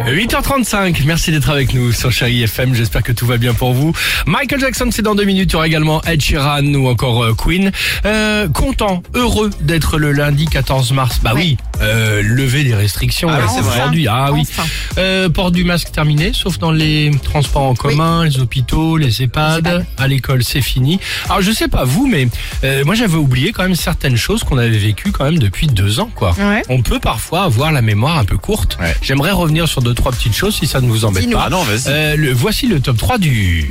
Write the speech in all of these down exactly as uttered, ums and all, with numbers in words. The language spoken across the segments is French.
huit heures trente-cinq, merci d'être avec nous sur Chérie F M, j'espère que tout va bien pour vous. Michael Jackson, c'est dans deux minutes, il y aura également Ed Sheeran ou encore euh, Queen. Euh, content, heureux d'être le lundi quatorze mars. Bah oui, euh, lever des restrictions Ah, là, c'est vrai. aujourd'hui. Ah oui, Enfin. euh, port du masque terminé, sauf dans les transports en commun, les hôpitaux, les EHPAD. Les EHPAD. À l'école, c'est fini. Alors je sais pas vous, mais euh, moi j'avais oublié quand même certaines choses qu'on avait vécues quand même depuis deux ans, quoi. Ouais. On peut parfois avoir la mémoire un peu courte. Ouais. J'aimerais revenir sur deux trois petites choses si ça ne vous embête Dis-nous. pas. Ah non, vas-y. Euh, le, voici le top trois du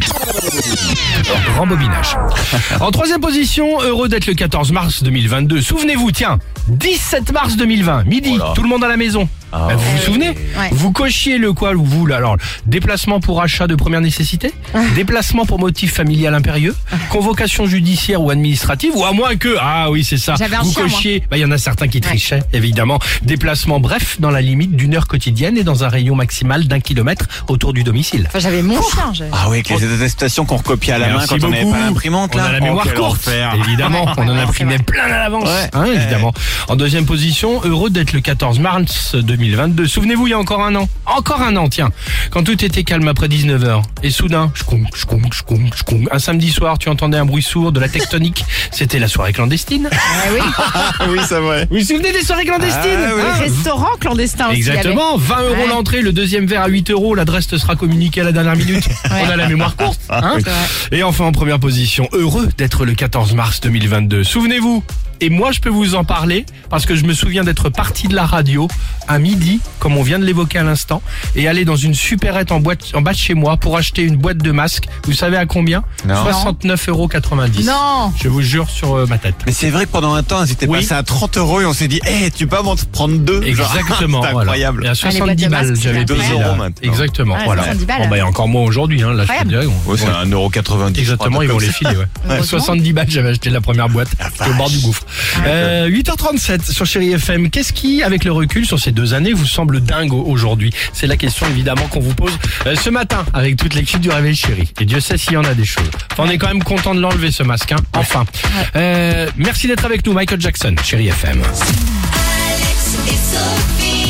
rembobinage. En troisième position, heureux d'être le quatorze mars deux mille vingt-deux. Souvenez-vous, tiens, dix-sept mars deux mille vingt, midi, Oh là. tout le monde à la maison. Ah Bah, vous vous ouais. souvenez Ouais. Vous cochiez le quoi, vous là, alors, déplacement pour achat de première nécessité, déplacement pour motif familial impérieux, convocation judiciaire ou administrative, ou à moins que, ah oui c'est ça, J'avais un vous chien, moi. cochiez, bah il y en a certains qui trichaient, évidemment, déplacement bref dans la limite d'une heure quotidienne et dans un rayon maximal d'un kilomètre autour du domicile. Enfin, j'avais mon chien. j'avais- Ah oui, avec les attestations qu'on recopiait à la main Merci quand on n'avait beaucoup. pas l'imprimante On là. a la Oh, mémoire quel courte, enfer. évidemment. On en Ouais, imprimait c'est plein à l'avance, Ouais. hein, évidemment. En deuxième position, heureux d'être le quatorze mars deux mille vingt-deux. Souvenez-vous, il y a encore un an. Encore un an, tiens. Quand tout était calme après dix-neuf heures. Et soudain, ch'coum, ch'coum, ch'coum, ch'coum. Un samedi soir, tu entendais un bruit sourd de la tectonique. C'était la soirée clandestine. Ah oui. Ah oui, c'est vrai. Vous vous souvenez des soirées clandestines? Ah oui. Hein Restaurant clandestin aussi. il y avait. Exactement, vingt euros Ouais. l'entrée, le deuxième verre à huit euros, l'adresse te sera communiquée à la dernière minute. On a la mémoire courte. Hein C'est vrai. et enfin en première position, heureux d'être le quatorze mars deux mille vingt-deux. Souvenez-vous, et moi je peux vous en parler, parce que je me souviens d'être parti de la radio à midi, comme on vient de l'évoquer à l'instant, et aller dans une supérette en, boîte, en bas de chez moi pour acheter une boîte de masques. Vous savez à combien? Non. soixante-neuf euros quatre-vingt-dix. Non. Je vous jure sur euh, ma tête. Mais c'est vrai que pendant un temps, elles étaient Oui. passées à trente euros et on s'est dit, hé, tu peux pas m'en prendre deux? Genre, Exactement, c'est voilà. incroyable. Et à Ah, les soixante-dix boîtes de balles, masques, j'avais c'est payé deux là. euros maintenant. Exactement, Ouais, voilà. soixante-dix balles. Bon, bah, il y a encore moins aujourd'hui, hein, là, je te Incroyable. dirais. Ouais, c'est un euro quatre-vingt-dix. Exactement, ils vont les filer, ouais. Heureusement. soixante-dix balles, j'avais acheté la première boîte. C'était au bord du gouffre. Euh, huit heures trente-sept sur Chérie F M. Qu'est-ce qui, avec le recul sur ces deux années, vous semble dingue aujourd'hui? C'est la question, évidemment, qu'on vous pose euh, ce matin avec toute l'équipe du Réveil Chérie. Et Dieu sait s'il y en a des choses. Enfin, on est quand même content de l'enlever, ce masque, hein. Enfin. Euh, merci d'être avec nous, Michael Jackson, Chérie F M. Alex et Sophie.